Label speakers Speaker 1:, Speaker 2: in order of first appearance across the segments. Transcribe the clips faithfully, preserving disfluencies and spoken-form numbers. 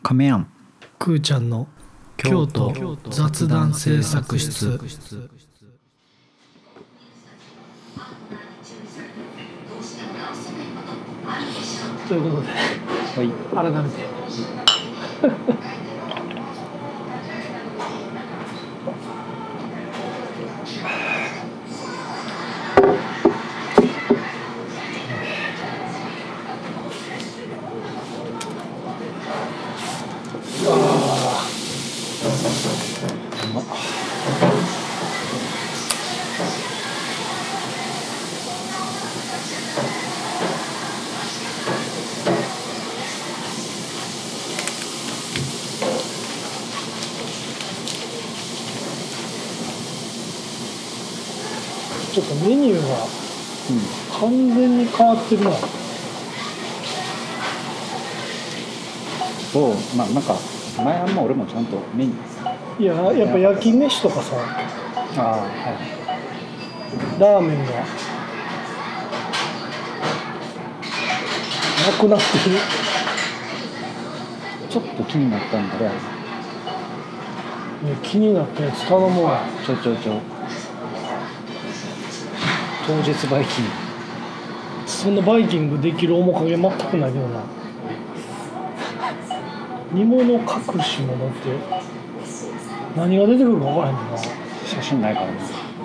Speaker 1: 亀庵
Speaker 2: くーちゃんの京都雑談制作室。ということで、
Speaker 1: はい
Speaker 2: 改めてちょっとメニューが完全に変わってるな。
Speaker 1: そう、まあなんか前あんま俺もちゃんとメニュー
Speaker 2: いや、やっぱ焼き飯とかさ、
Speaker 1: ああはい
Speaker 2: ラーメンがなくなってる。
Speaker 1: ちょっと気になったんだね。
Speaker 2: いや、気になったやつ頼もうや。
Speaker 1: ちょちょちょ当日バイキング。
Speaker 2: そんなバイキングできる面影全くないけどな。煮物隠し物って何が出てくるか分からへんけどな。
Speaker 1: 写真ないからね。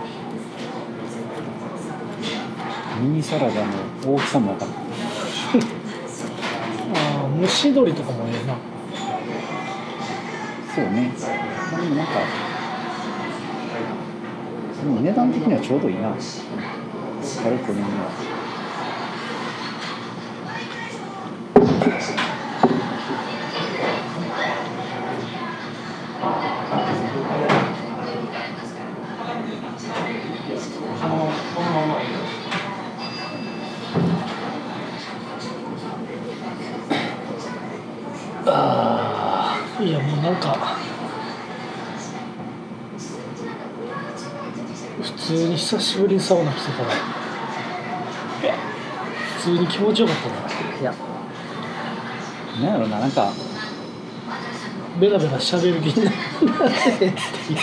Speaker 1: ミニサラダの大きさも分かる。
Speaker 2: ああ、蒸し鶏とかもええな。
Speaker 1: そうね。まあでもなんかでも値段的にはちょうどいいな。軽くね。
Speaker 2: ああ、いやもうなんか普通に久しぶりにサウナ来てから普通に気持ちよかったな。
Speaker 1: いやなんやろな、なんか
Speaker 2: ベラベラ喋る気になれっていう。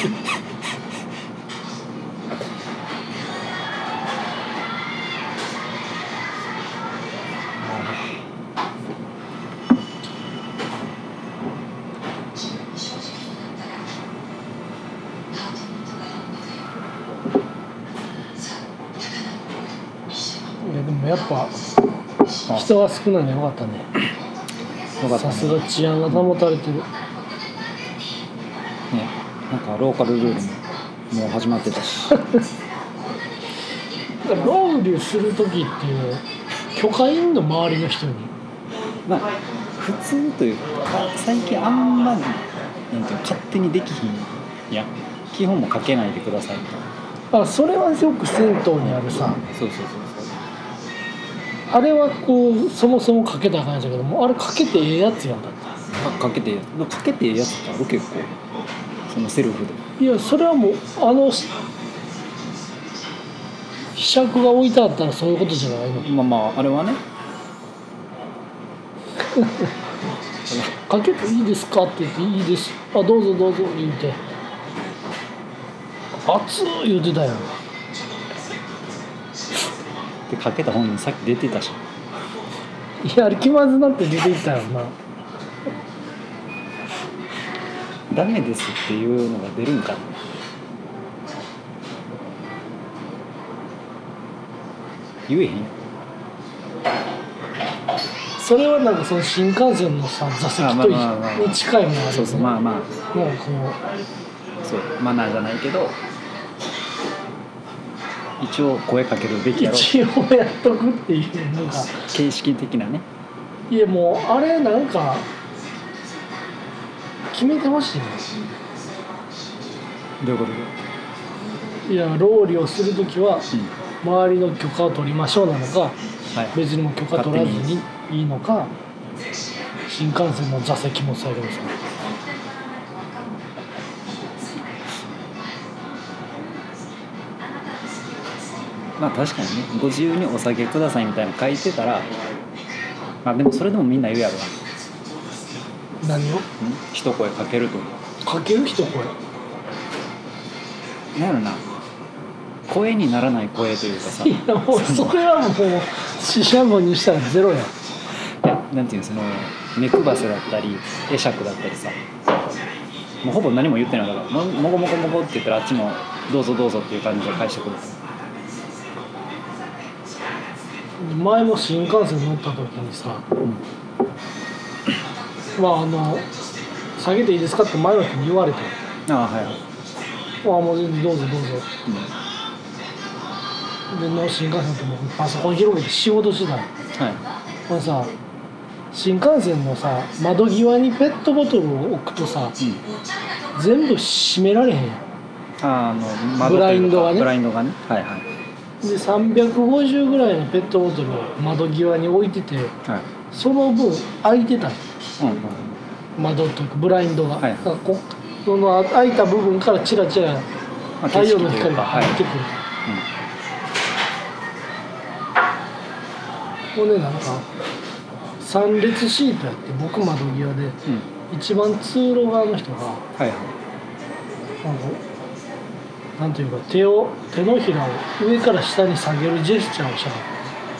Speaker 2: いやでもやっぱ人が少ないのよかったね。
Speaker 1: よかったね。
Speaker 2: さすが治安が保たれてる。
Speaker 1: ね、なんかローカルルールももう始まってたし
Speaker 2: ロウリュする時っていう許可いんの周りの人に。
Speaker 1: まあ普通というか最近あんまりなんていうの勝手にできひんいや基本もかけないでくださいみたいな。
Speaker 2: あ、それはよく銭湯にあるさ、
Speaker 1: そうそうそう
Speaker 2: あれはこうそもそもかけたらあかんやつだけども、あれかけてええやつやんだって。
Speaker 1: そうかけてかけてええやつってある結構そのセルフで。
Speaker 2: いや、それはもうあのひしゃくが置いてあったらそういうことじゃないの。
Speaker 1: まあまああれはね
Speaker 2: かけていいですかって言っていいです、あ、どうぞどうぞ言うて熱っ言うてたやん。
Speaker 1: でかけた本人さっき出てたし。
Speaker 2: いや、あれ気まずなって出ていったよな。
Speaker 1: ダメですっていうのが出るんかな。言えへん。
Speaker 2: それはなんかその新幹線のさ座席とに近いものあるよね。
Speaker 1: そうそう、まあまあ
Speaker 2: もうこの
Speaker 1: そうマナーじゃないけど一応声かけるべきやろ。
Speaker 2: 一応やっとくっていうのが
Speaker 1: 形式的なね。
Speaker 2: いやもうあれなんか決めてほしいね。
Speaker 1: どういうこと
Speaker 2: いや、ロウリュをするときは
Speaker 1: うん
Speaker 2: 周りの許可を取りましょうなのか、
Speaker 1: はい、
Speaker 2: 別にも許可取らずにいいのか、新幹線の座席もそうやけどさ。
Speaker 1: まあ確かにね、ご自由にお酒くださいみたいなの書いてたら、まあでもそれでもみんな言うやろな。
Speaker 2: 何を
Speaker 1: 一声かけると
Speaker 2: かける一声
Speaker 1: なんやろな、声にならない声というかさ、
Speaker 2: いやもうそれはもう四捨五入したらゼロやん。
Speaker 1: いやなんていうの、その目くばせだったり会釈だったりさ、もうほぼ何も言ってないからももごもごもごって言ったらあっちもどうぞどうぞっていう感じで返してくる。
Speaker 2: 前も新幹線乗った時にさ、うん、まああの下げていいですかって前の人に言われて、
Speaker 1: ああはいはい、
Speaker 2: ああもう全然どうぞどうぞ、うん、での新幹線ってもうパソコン広げて仕事してたの。はい。これさ新幹線のさ窓際にペットボトルを置くとさ、うん、全部閉められへんやん。
Speaker 1: ああの窓
Speaker 2: ブラインドがね。
Speaker 1: ブラインドがね。はいはい。
Speaker 2: でさんびゃくごじゅうぐらいのペットボトルを窓際に置いてて、はい、その分開いてたの、うんうん、窓というかブラインドが、はい、だからこその開いた部分からチラチラ太陽の光が入ってくる、はい、うん、これねなんかさん列シートやって僕窓際で、うん、一番通路側の人が、はいはい、なんかなんていうか手を手のひらを上から下に下げるジェスチャーをしたかった。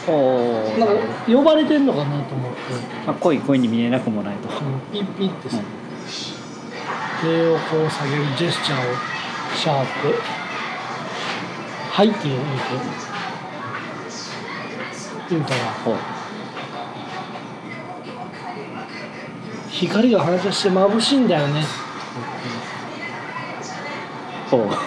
Speaker 2: おなんか呼ばれてんのかなと思って、
Speaker 1: まあ、恋恋に見えなくもないと、
Speaker 2: うん、ピッピッてさ、うん、手をこう下げるジェスチャーをシャーってはいって言うて言うたら光が反射して眩しいんだよね。ほう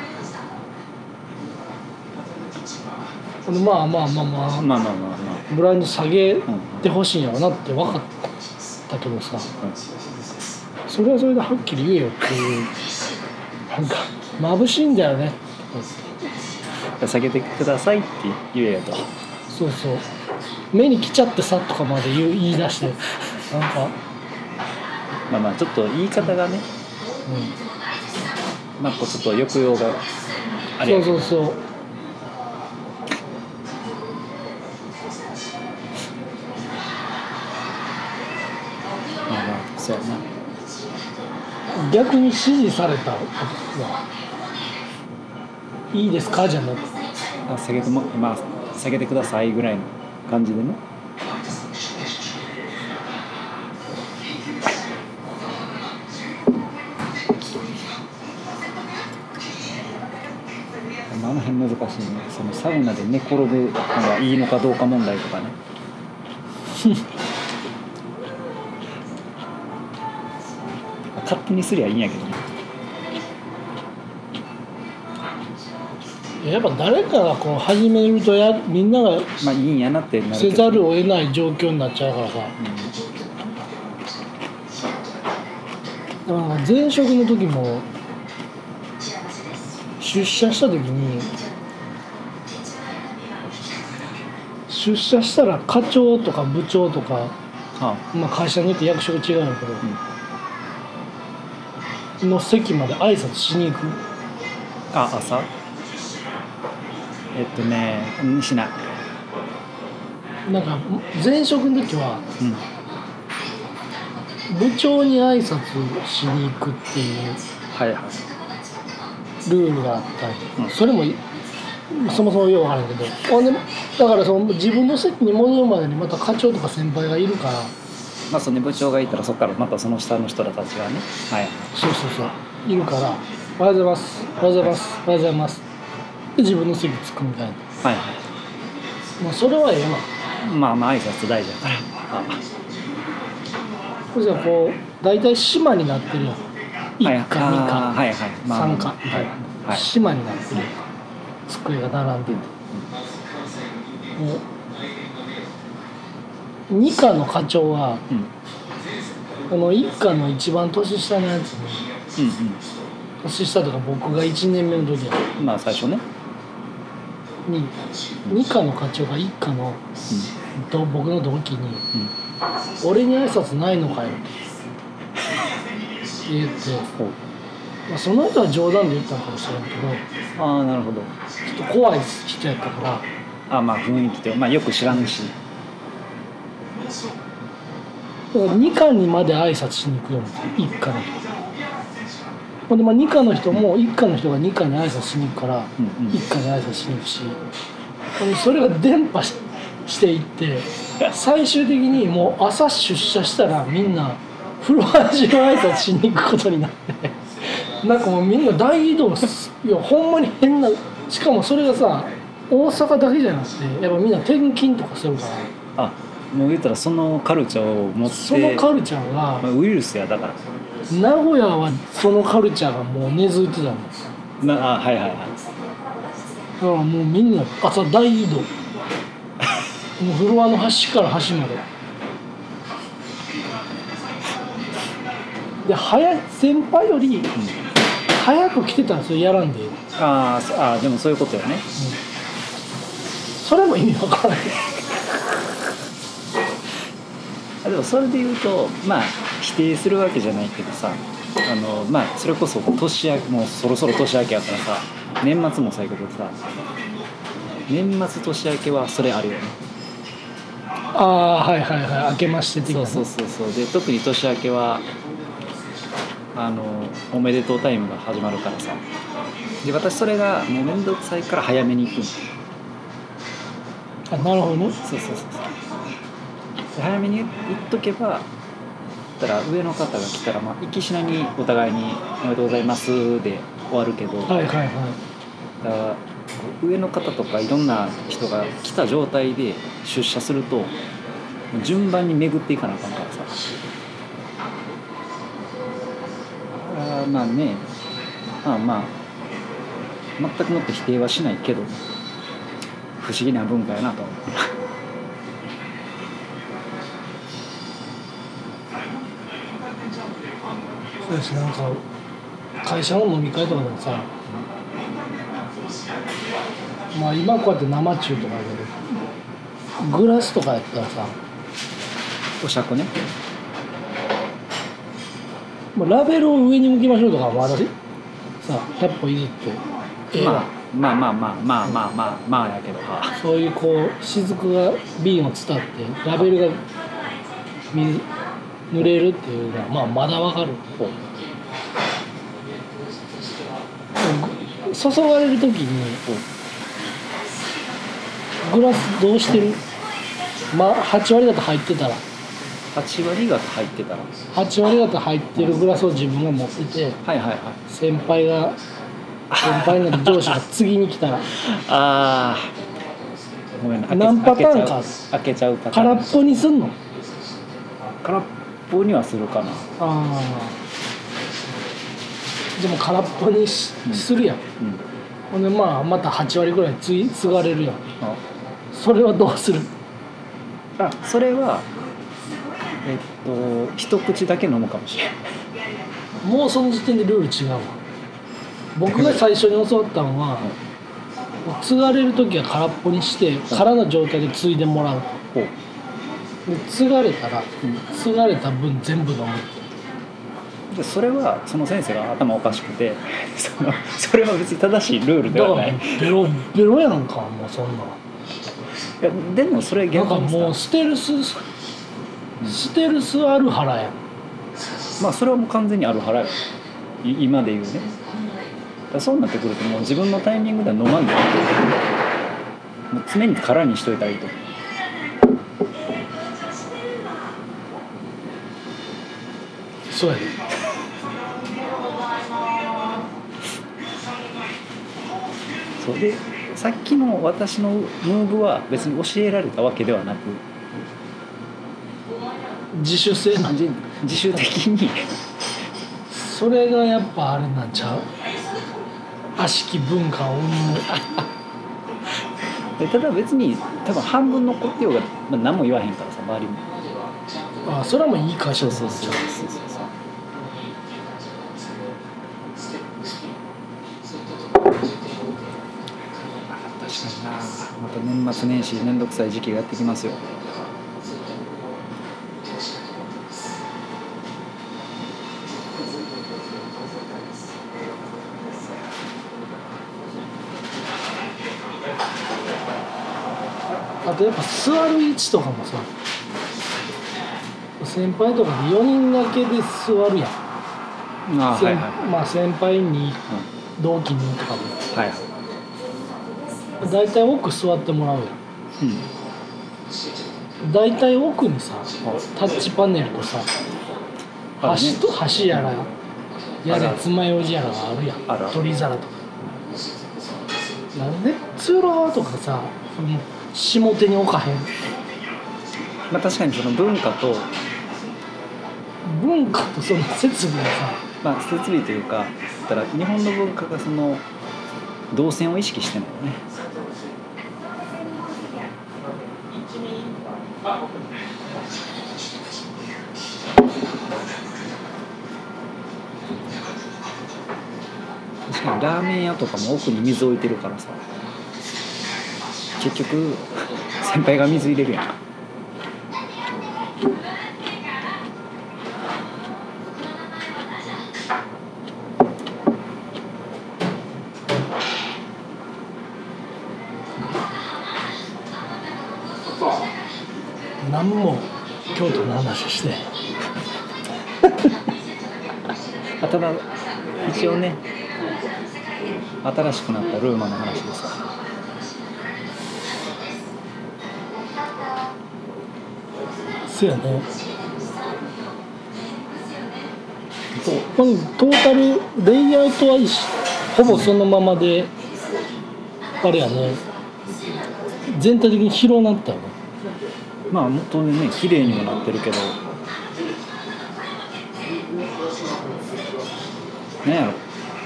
Speaker 2: まあまあまあまあまあまあまあまあブラインド下げてほしいんやろなって分かったけどさ、うん、それはそれではっきり言えよっていうなんか眩しいんだよね
Speaker 1: 下げてくださいって言えよと。
Speaker 2: そうそう目に来ちゃってさとかまで言う言い出してなんか
Speaker 1: まあまあちょっと言い方がね、うん、まあこうちょっと抑揚があれやけど、
Speaker 2: そうそうそう
Speaker 1: そうやな。
Speaker 2: 逆に指示されたはいいですかじゃなくて
Speaker 1: あ下げてもまあ下げてくださいぐらいの感じでね。あの辺難しいね。そのサウナで寝転ぶのがいいのかどうか問題とかね勝手にすりゃいいんやけどね。
Speaker 2: やっぱ誰かがこう始めるとやみんなが
Speaker 1: まあいいんやなってなる
Speaker 2: せざるを得ない状況になっちゃうからさ、うん、だから前職の時も出社した時に出社したら課長とか部長とか、はあまあ、会社によって役職違うんだけど、うん、の席まで挨拶しに行く。
Speaker 1: あ朝えっとねしない。
Speaker 2: なんか前職の時は、うん、部長に挨拶しに行くっていう、はいはい、ルールがあったり、うん、それもそもそもよく分からんけど、だからその自分の席に戻るまでにまた課長とか先輩がいるから、
Speaker 1: まあその部長がいたらそこからまたその下の人らたちがね、はい、
Speaker 2: そうそうそういるから、おはようございます、おはようございます、おはようございますで自分の席着くみたいな、はいはい、まあそれはええわ。
Speaker 1: まあまあ挨拶大事だから。あ
Speaker 2: あじゃあこう大体島になってるやん。いっかにか、はいはい、まあ、さんかみたいな、はい、島になってる机が並んでて、うん、にかの課長は、うん、このいっかの一番年下のやつに、うんうん、年下とか僕がいちねんめの時や
Speaker 1: まあ最初ね
Speaker 2: ににかの課長がいっかの、うん、と僕の同期に、うん、俺に挨拶ないのかよって言って、まあ、その人は冗談で言ったのかもしれんけど、
Speaker 1: ああなるほど、
Speaker 2: ちょっと怖い人やったから、
Speaker 1: あまあ雰囲気って、まあ、よく知らんし、
Speaker 2: に課にまで挨拶しに行くようになっていっ課の人ほんでまあに課の人もいっ課の人がに課に挨拶しに行くから
Speaker 1: うんうん
Speaker 2: いっ課に挨拶しに行くしほんでそれが伝播 し, していって最終的にもう朝出社したらみんなフロア中挨拶しに行くことになってなんかもうみんな大移動すいやほんまに変なしかもそれがさ大阪だけじゃなくてやっぱみんな転勤とかするから
Speaker 1: あもう言ったらそのカルチャーを持って
Speaker 2: そのカルチャーが、
Speaker 1: まあ、ウイルスやだから
Speaker 2: 名古屋はそのカルチャーがもう根付いてたの
Speaker 1: なあはいはいはい
Speaker 2: だからもうみんな朝大移動もうフロアの端から端までで早い先輩より早く来てたんですよやらんで、うん、
Speaker 1: ああでもそういうことよね、うん、
Speaker 2: それも意味わからない
Speaker 1: でもそれで言うとまあ否定するわけじゃないけどさあのまあそれこそ年明けもうそろそろ年明けやからさ年末もそうやけどさ年末年明けはそれあるよね
Speaker 2: ああはいはいはい明けまして的な
Speaker 1: そうそうそうそうで特に年明けはあのおめでとうタイムが始まるからさで私それがもうめんどくさいから早めに行くん
Speaker 2: あなるほどね
Speaker 1: そうそうそうそう早めに言っとけばだから上の方が来たら、まあ、行きしなにお互いにおめでとうございますで終わるけど、
Speaker 2: はいはいはい、
Speaker 1: だから上の方とかいろんな人が来た状態で出社すると順番に巡っていかなあかんからさあまあねまあまあ全くもって否定はしないけど不思議な文化やなと思う
Speaker 2: そうですなんか会社の飲み会とかでもさまあ今こうやって生中とかだけどグラスとかやったらさ
Speaker 1: お酌ね
Speaker 2: もうラベルを上に向きましょうとかも私さひゃっぽ譲ってええわ
Speaker 1: まあまあまあまあまあまあまあやけどか
Speaker 2: そういうこう雫が瓶を伝ってラベルが水濡れるっていうのはまあまだわかる注がれる時にグラスどうしてるまあはち割方入ってたら
Speaker 1: はち割方入ってたら
Speaker 2: はち割方入ってるグラスを自分が持ってて、
Speaker 1: はいはいはい、
Speaker 2: 先輩が先輩の上司が次に来たら
Speaker 1: あごめん
Speaker 2: 何パターンか
Speaker 1: 開けちゃうパターン
Speaker 2: 空っぽにすんの
Speaker 1: 空っぽにはするかな
Speaker 2: あでも空っぽに し,、うん、するやん、うん、ほんでまあまたはち割ぐらいつい継がれるやんあそれはどうする
Speaker 1: あそれはえっと一口だけ飲むかもしれない
Speaker 2: もうその時点でルール違うわ僕が最初に教わったのは、うん、継がれる時は空っぽにして空の状態で継いでもらうと、うん、で継がれたら、うん、継がれた分全部飲む
Speaker 1: でそれはその先生が頭おかしくてそのそれは別に正しいルールではないだから
Speaker 2: ベロベロやんかもうそんな。
Speaker 1: いやでもそれ逆に
Speaker 2: なんかもうステルス、うん、ステルスアルハラやん。
Speaker 1: まあそれはもう完全にアルハラよ今で言うね。だそうなってくるともう自分のタイミングでは飲まんでいいともう常に空にしといたらいいと
Speaker 2: そうやで
Speaker 1: そうでさっきの私のムーブは別に教えられたわけではなく
Speaker 2: 自主性な
Speaker 1: 自, 自主的に
Speaker 2: それがやっぱあれなんちゃう悪しき文化を生
Speaker 1: むただ別に多分半分残ってようが、まあ、何も言わへんからさ周りも
Speaker 2: ああそれはもういい会社だ
Speaker 1: そうそうそうそうそう確かになまた年末年始めんどくさい時期がやってきますよ
Speaker 2: あとやっぱ座る位置とかもさ先輩とかでよにんだけで座るやん。
Speaker 1: あ、はいはい、
Speaker 2: まあ先輩に同期にとかで、
Speaker 1: はい、
Speaker 2: だいたい奥座ってもらうやん。うん、だいたい奥にさタッチパネルとさ箸と箸やらやれ爪楊枝やらがあるやん。取り皿とかなんで通路側とかさ下手に置かへん。
Speaker 1: まあ確かにその文化と
Speaker 2: 文化とその設備がさ、
Speaker 1: まあ設備というかだから日本の文化がその動線を意識してないよね。確かにラーメン屋とかも奥に水置いてるからさ、結局先輩が水入れるやん。
Speaker 2: 何も京都の話して
Speaker 1: あただ一応ね新しくなったルーマの話ですわ。
Speaker 2: そうやね。トータルレイアウトは一緒ほぼそのままであれやね、全体的に広なったよね。
Speaker 1: まあ元でね綺麗にもなってるけどなんやろ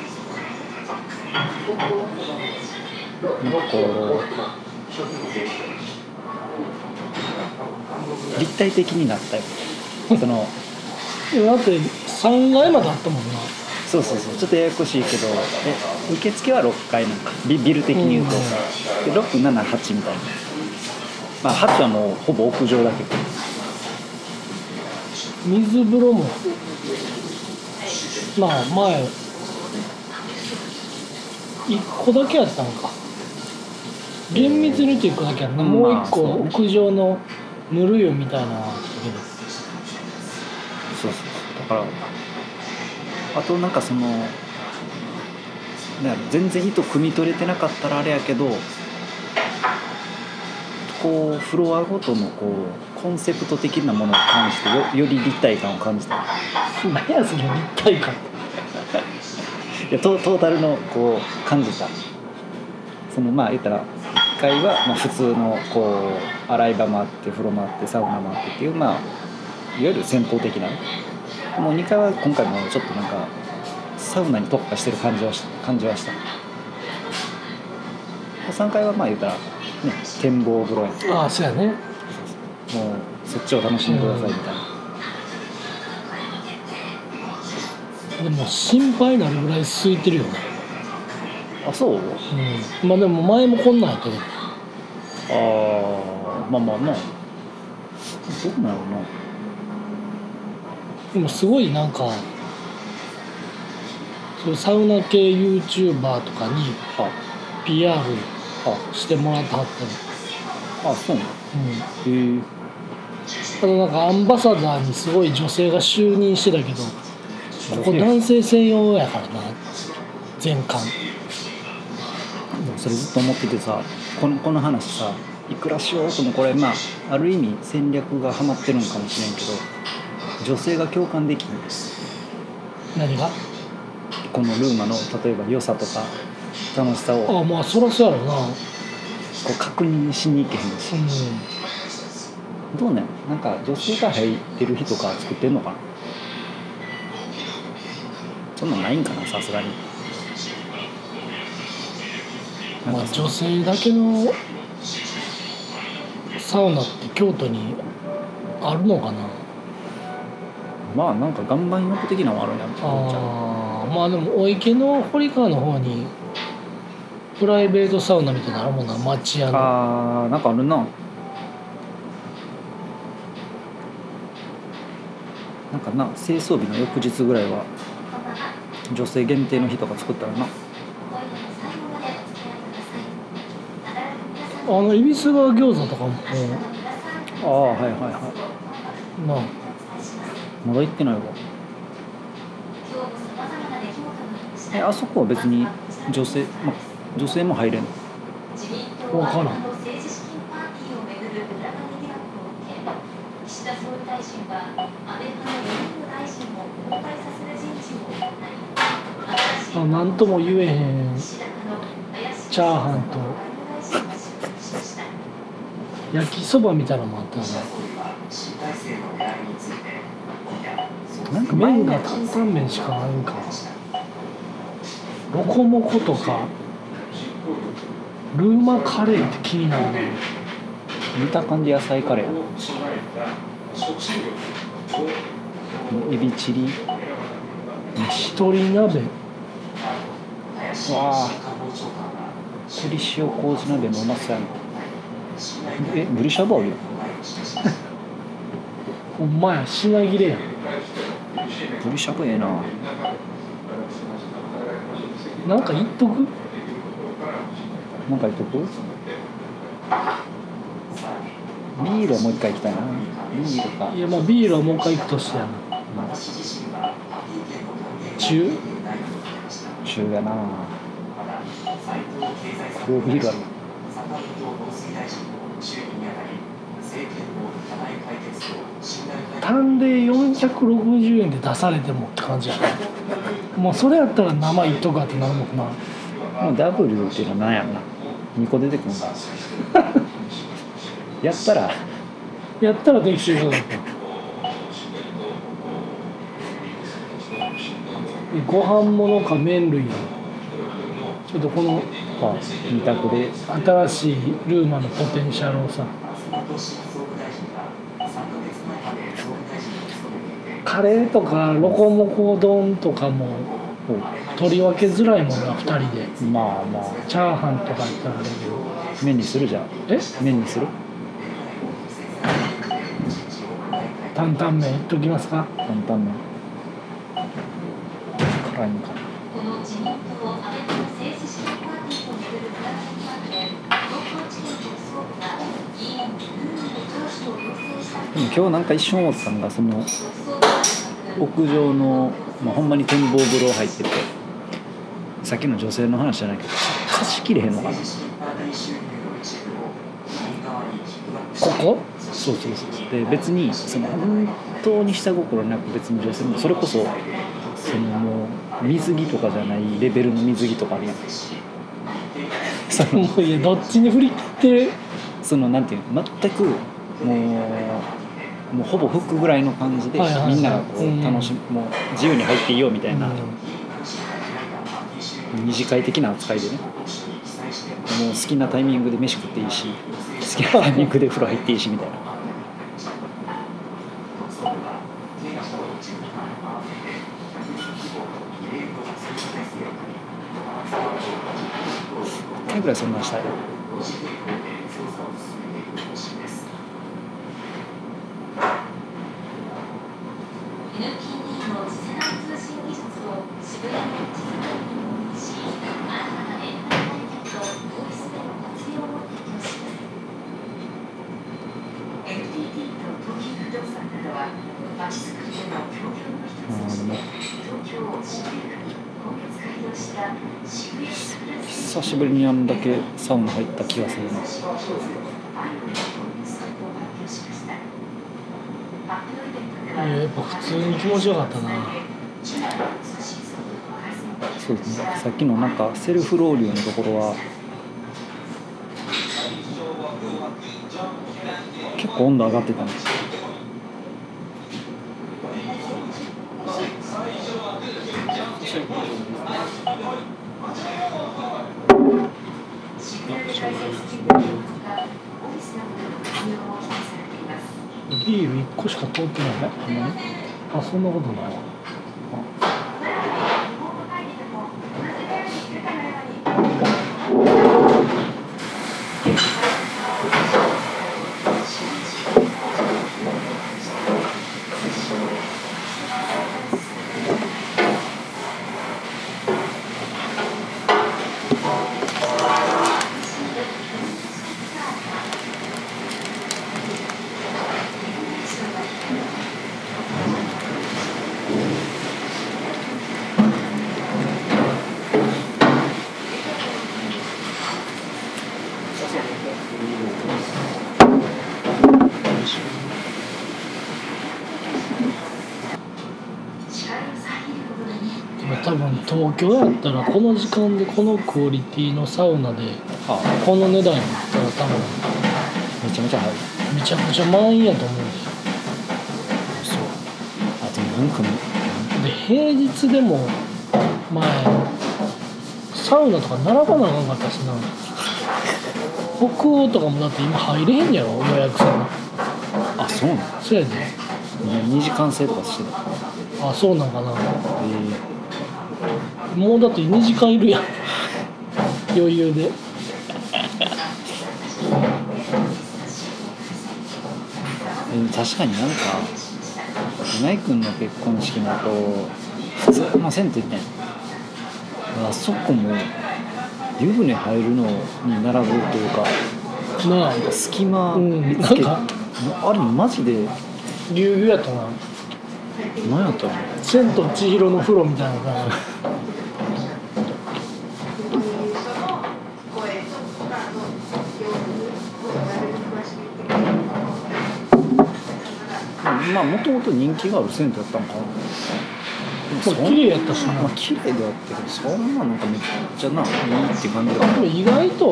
Speaker 1: なんかこう立体的になったよその
Speaker 2: だってさんがいまであったもんな。
Speaker 1: そうそうそう、ちょっとややこしいけどえ受付はろっかいなんか ビ, ビル的に言うと、うん、でろく、なな、はちみたいな。まあはちはもうほぼ屋上だけど
Speaker 2: 水風呂もまあ前いっこだけやったのか、厳密に言うといっこだけやった、うん、もういっこ屋上のぬる湯みたいなのがあったけど、
Speaker 1: そうそうだからあとなんかその全然意図汲み取れてなかったらあれやけどこうフロアごとのこうコンセプト的なものを感じて よ, より立体感を感じた。
Speaker 2: 何やその立体感
Speaker 1: いや ト, トータルのこう感じた。そのまあ言ったらいっかいはまあ普通のこう洗い場もあって風呂もあってサウナもあってっていうまあいわゆる銭湯的な。もうにかいは今回もちょっとなんかサウナに特化してる感じはした感じはしたさんかいはまあ言ったら、ね、展望風呂や。
Speaker 2: ああそうやね。もう
Speaker 1: そっちを楽しんでくださいみたい
Speaker 2: な。でも心配になるぐらい空いてるよね。
Speaker 1: あそう、うん、
Speaker 2: まあでも前もこんなんやったけど。
Speaker 1: ああまあまあまあどうなのな。
Speaker 2: でもすごいなんかそうサウナ系 YouTuber とかに ピーアール してもらってはった
Speaker 1: の。あそうなの、うん、へえ。
Speaker 2: ただなんかアンバサダーにすごい女性が就任してたけどここ男性専用やからな全館。
Speaker 1: でもそれずっと思っててさこの、この話さいくらしようともこれまあある意味戦略がはまってるのかもしれんけど女性が共感できるんです。
Speaker 2: 何が
Speaker 1: このルーマの例えば良さとか楽しさを
Speaker 2: ああまあそらそうやろなこ
Speaker 1: う確認しに行けへんし、うん、どうねなんか女性が入ってる日とか作ってんのかな。そんなんないんかなさすがに。
Speaker 2: まあ女性だけのサウナって京都にあるのかな。
Speaker 1: まあなんか岩盤浴的なのもあるんやん。
Speaker 2: ああまあでもお池の堀川の方にプライベートサウナみたいなのあるもんな町屋の。
Speaker 1: あーなんかあるな。なんかな清掃日の翌日ぐらいは女性限定の日とか作ったらな。
Speaker 2: あの恵比寿川餃子とかも
Speaker 1: ああはいはいはい
Speaker 2: な
Speaker 1: まだ行ってないわ。え、あそこは別に女性、ま、女性も入れんの？
Speaker 2: 分からん。あ、なんとも言えへんチャーハンと焼きそばみたいなのもあったよね。なんか麺が担々麺しかないんか。ロコモコとかルーマカレーって気になるね。
Speaker 1: 見た感じ野菜カレー、エビチリ、
Speaker 2: 一人鍋、
Speaker 1: わあ、鶏塩麹鍋もうまそうやな。え、ブリしゃぶあるよ。
Speaker 2: ほんまや、品切れやん。
Speaker 1: ブリしゃぶええな。
Speaker 2: なんか言っとく？
Speaker 1: なんか言っとく？ビールはもう一回行きたいな。ビールか。
Speaker 2: いや、もうビールはもう一回行くとしてやな。中？
Speaker 1: 中やな。黒ビールある。
Speaker 2: 単でよんひゃくろくじゅうえんで出されてもって感じやね。もうそれやったら生いっとかってなるもんな。
Speaker 1: もうダブルっていうのは何やろな。にこ出てくるんだ。やったら
Speaker 2: やったらできてるだったご飯物か麺類や。ちょっとこの
Speaker 1: に択で
Speaker 2: 新しいルーマのポテンシャルをさ、カレーとかロコモコ丼とかも取り分けづらいもんな、ふたりで。
Speaker 1: まあまあ
Speaker 2: チャーハンとかやったらあれけど、
Speaker 1: 麺にするじゃん。
Speaker 2: え
Speaker 1: 麺にする？
Speaker 2: 担々麺いっときますか？
Speaker 1: 担々麺辛いのかな。でも今日なんか一瞬思ったのが、その屋上の、まあ、ほんまに展望風呂入ってて、さっきの女性の話じゃないけど貸し切れへんのかな。
Speaker 2: ここ？
Speaker 1: そうそうそう。で別にその本当に下心なく、別に女性もそれこそそのもう水着とかじゃないレベルの水着とかあるやん。その
Speaker 2: もういや、どっちに振り切ってる？
Speaker 1: そのなんていうの、全くもうもうほぼ服ぐらいの感じで、
Speaker 2: はいはいはい、
Speaker 1: みんながこう楽しむ、もう自由に入っていいよみたいな、
Speaker 2: うん、
Speaker 1: 二次会的な扱いでね、もう好きなタイミングで飯食っていいし、好きなタイミングで風呂入っていいしみたいな。いくらいそんなしたい？久しぶりにあんだけサウナ入った気がするな。
Speaker 2: いや、やっぱ普通に気持ちよかったな。
Speaker 1: そうですね。さっきのなんかセルフロウリュのところは結構温度上がってたんですよ。
Speaker 2: ビールいっこしか通ってない。あ、そんなことないわ。 多分東京やったらこの時間でこのクオリティのサウナで
Speaker 1: あ
Speaker 2: この値段やったら多分
Speaker 1: めちゃめちゃ入る。
Speaker 2: めちゃくちゃ満員やと思うんですよ。
Speaker 1: そうあでもなんか
Speaker 2: で平日でも前サウナとか並ばなあかんかったしな。北欧とかもだって今入れへんやろ予約せな。
Speaker 1: あそうなの。
Speaker 2: そうやで。
Speaker 1: にじかん制とかしてた。
Speaker 2: あそうなんかな。
Speaker 1: え
Speaker 2: もうだってにじかんいるやん余裕で。
Speaker 1: ー、確かになんか今井君の結婚式の後普通の銭湯行ったんや。あそこも湯船入るのに並ぶというか
Speaker 2: なあ
Speaker 1: なんか隙間
Speaker 2: うん
Speaker 1: 見つけ、
Speaker 2: なんか
Speaker 1: あれマジで
Speaker 2: ぎゅうぎゅうやったな。
Speaker 1: 何やったの。
Speaker 2: 千と千尋の風呂みたいな感
Speaker 1: まあもともと人気がある銭湯だったのかな。
Speaker 2: じ。綺麗やったしな。
Speaker 1: まあ綺麗ではあったけどそんななんかめっちゃないいって感じだった。
Speaker 2: でも意外と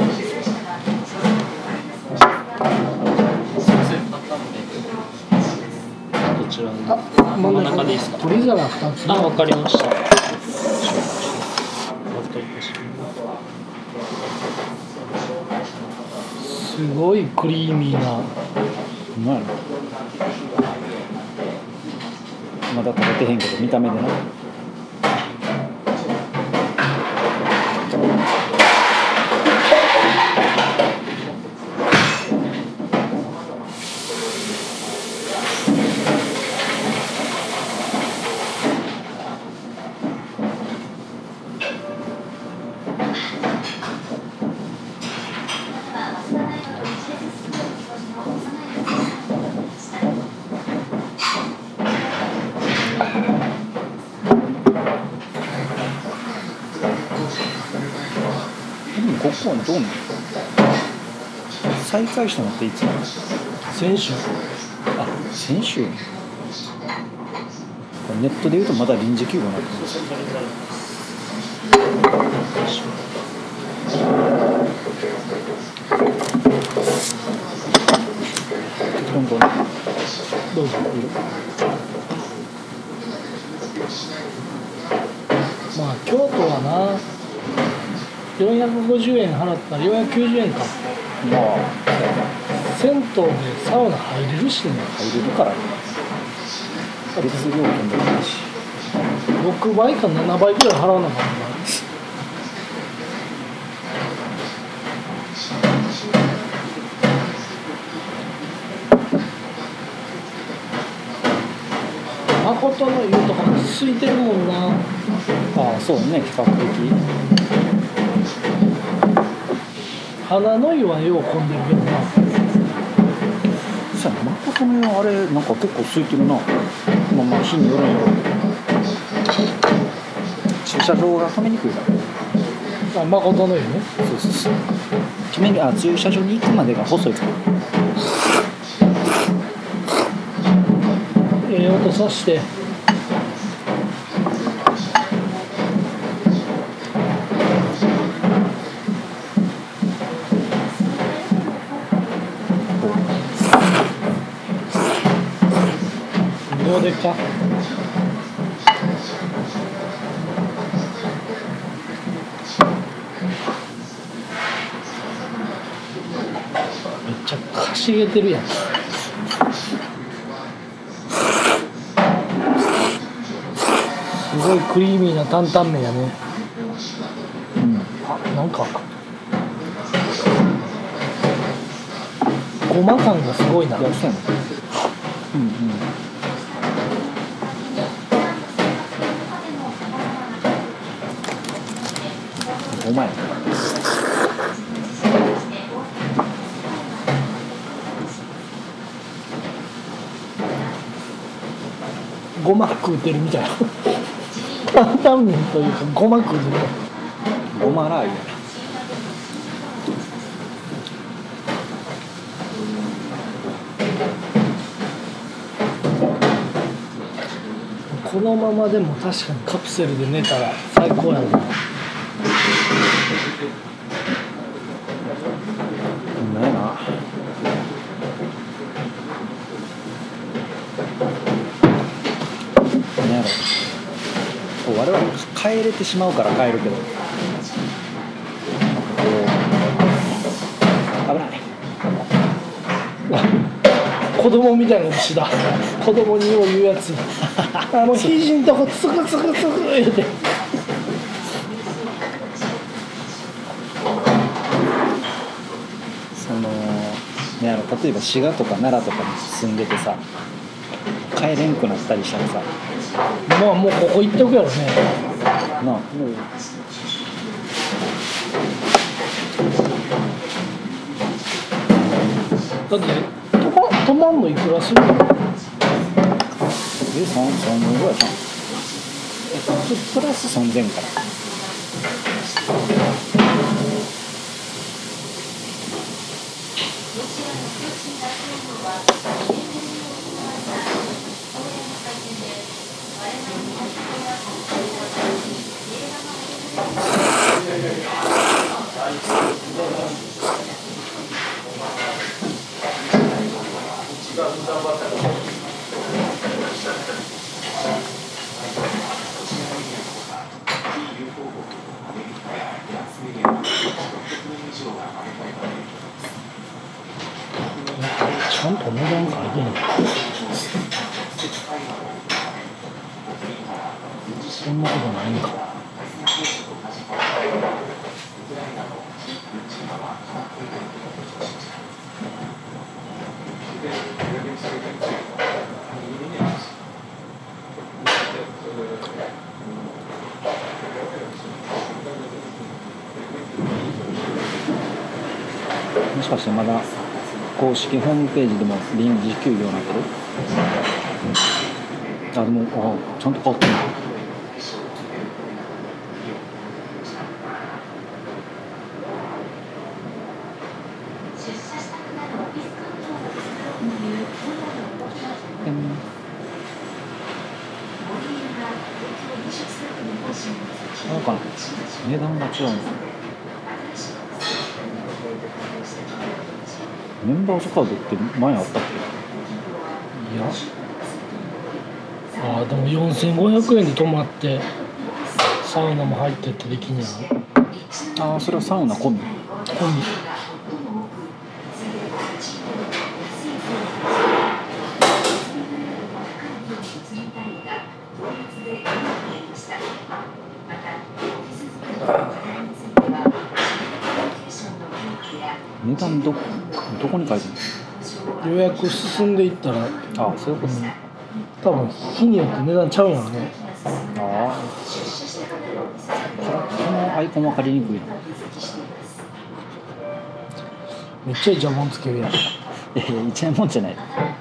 Speaker 3: どちらに
Speaker 2: あ真ん中
Speaker 3: でいいですか。
Speaker 2: 取り皿ふたつ。
Speaker 3: あ、わかりました。
Speaker 2: すごいクリーミーな。
Speaker 1: うまいな。まだ食べてへんけど見た目でな。ここはどうなの。再開したのっていつなの。
Speaker 2: 選手
Speaker 1: あ先週。ネットで言うとまだ臨時休業になってるんですよ。本当に
Speaker 2: どうぞ。まあ京都はなよんひゃくごじゅうえん払ったらよんひゃくきゅうじゅうえんか。
Speaker 1: まあ
Speaker 2: 銭湯でサウナ入れるしね。
Speaker 1: 入れるから別料金でもないし
Speaker 2: ろくばいかななばいくらい払わなかったな。誠の湯とかも空いてるもんな。
Speaker 1: ああそうね比較的
Speaker 2: 花の湯はよう混んでるけどな。
Speaker 1: そうやな誠の湯はあれなんか結構空いてるな。まあまあ日によるんやろうけど駐車場が止めにくいから
Speaker 2: あ誠の湯ね。
Speaker 1: そうそうそう止めにあ駐車場に行くまでが細いから
Speaker 2: ええ音さして。どうでっか。めっちゃかしげてるやん。すごいクリーミーな担々麺やね。
Speaker 1: うん
Speaker 2: あ、なんかごま感がすごいな。
Speaker 1: いやそうやなうんうんお前
Speaker 2: ごま食うてるみたいな。担々麺というかごま食うてる。
Speaker 1: ごまラー油やな。
Speaker 2: これのままでも確かにカプセルで寝たら最高やな。う
Speaker 1: まいな。何やろ、我々帰れてしまうから帰るけど、危ない。
Speaker 2: 子供みたいな虫だ。子供によう言うやつ。あの肘んとこつくつくつく言うて。
Speaker 1: そのね、やろ、例えば滋賀とか奈良とかに住んでてさ、帰れんくなったりしたらさ、
Speaker 2: まあもうここ行っておくやろね。
Speaker 1: なあ、もう
Speaker 2: だって泊ま、泊まんのいくらするの？
Speaker 1: え、三三万ぐらいさん。え、プラス三千から。
Speaker 2: ちゃんと値段書いてない。そんなことないんか。
Speaker 1: もしかしてまだ公式ホームページでも臨時休業になってる？あ、でも、あ、ちゃんと変わってる。なんかな、値段が違うんだ。メンバーズカードって前あったっけ？
Speaker 2: いや、ああでもよんせんごひゃくえんで泊まってサウナも入ってってできんやん。
Speaker 1: ああ、それはサウナ込み。
Speaker 2: 込み。
Speaker 1: 値段どどこに書いてる
Speaker 2: 予約進んでいったら、
Speaker 1: の？ああ、そういうこと。
Speaker 2: うん、多分日によって値段ちゃうんやろね。
Speaker 1: ああ、このアイコンは借りにくいな。
Speaker 2: めっちゃイチャモンつけるやん。
Speaker 1: いやいや、いちえんもんじゃない。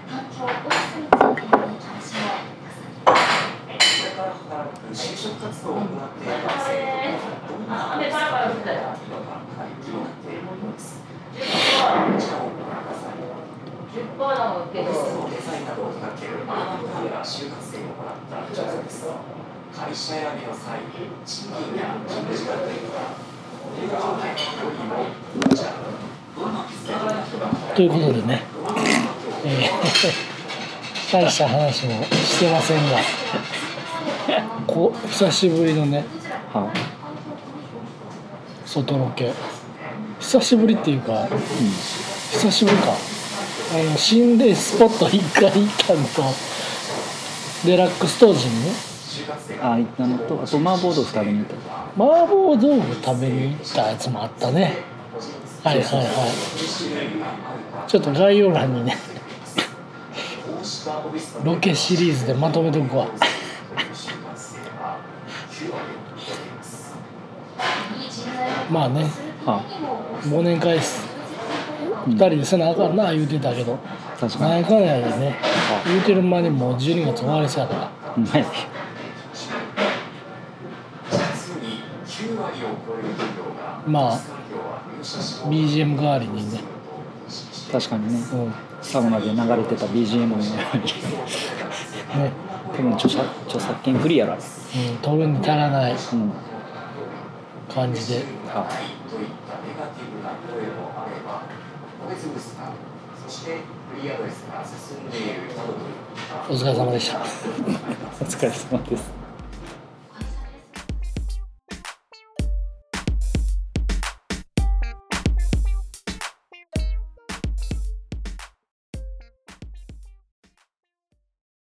Speaker 3: 会社選びの際、賃金や勤務時間というのは、営業状態のよりも、じゃあ、どんな必要な人が
Speaker 2: ということでね、えー、大した話もしてませんが、こう久しぶりのね、
Speaker 1: はあ、
Speaker 2: 外ロケ。久しぶりっていうか、うん、久しぶりか。あの心霊スポット一回行ったのと、デラックス当時にね。
Speaker 1: あ、行ったのと、あと麻婆豆腐食べに行った。
Speaker 2: 麻婆豆腐食べに行ったやつもあったね。はいはいはい。ちょっと概要欄にねロケシリーズでまとめとくわ。まあね、
Speaker 1: はあ、
Speaker 2: 忘年会です。ふたりでせなあかんな言うてたけど、
Speaker 1: 確かに。
Speaker 2: 何やかんやでね、言うてる間にもうじゅうにがつ終わりそうやから。
Speaker 1: うん、はい。
Speaker 2: まあ ビージーエム 代わりにね。
Speaker 1: 確かにね、
Speaker 2: うん、
Speaker 1: サウナで流れてた ビージーエム のように
Speaker 2: ね、
Speaker 1: 多分著作著作権フリーやろ、
Speaker 2: うん、取るに足らない
Speaker 1: うん、
Speaker 2: 感じで、
Speaker 1: は
Speaker 3: といったネガティブな声もあれば、個別ブースター、そしてフリーアドレスが進んでいるなどといった
Speaker 2: お疲れ様でした。
Speaker 1: お疲れ様です。